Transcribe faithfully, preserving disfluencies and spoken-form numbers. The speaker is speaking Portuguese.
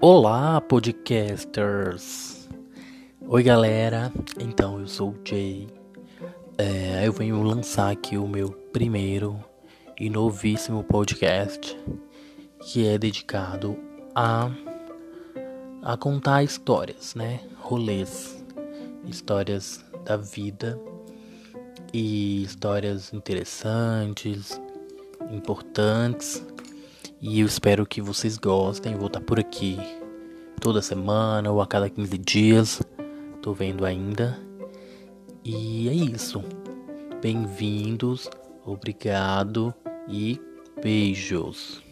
Olá, podcasters! Oi, galera! Então, eu sou o Jay. É, eu venho lançar aqui o meu primeiro e novíssimo podcast, que é dedicado a, a contar histórias, né? Rolês, histórias da vida e histórias interessantes, importantes. E eu espero que vocês gostem. Vou estar por aqui toda semana ou a cada quinze dias. Tô vendo ainda. E é isso. Bem-vindos, obrigado e beijos.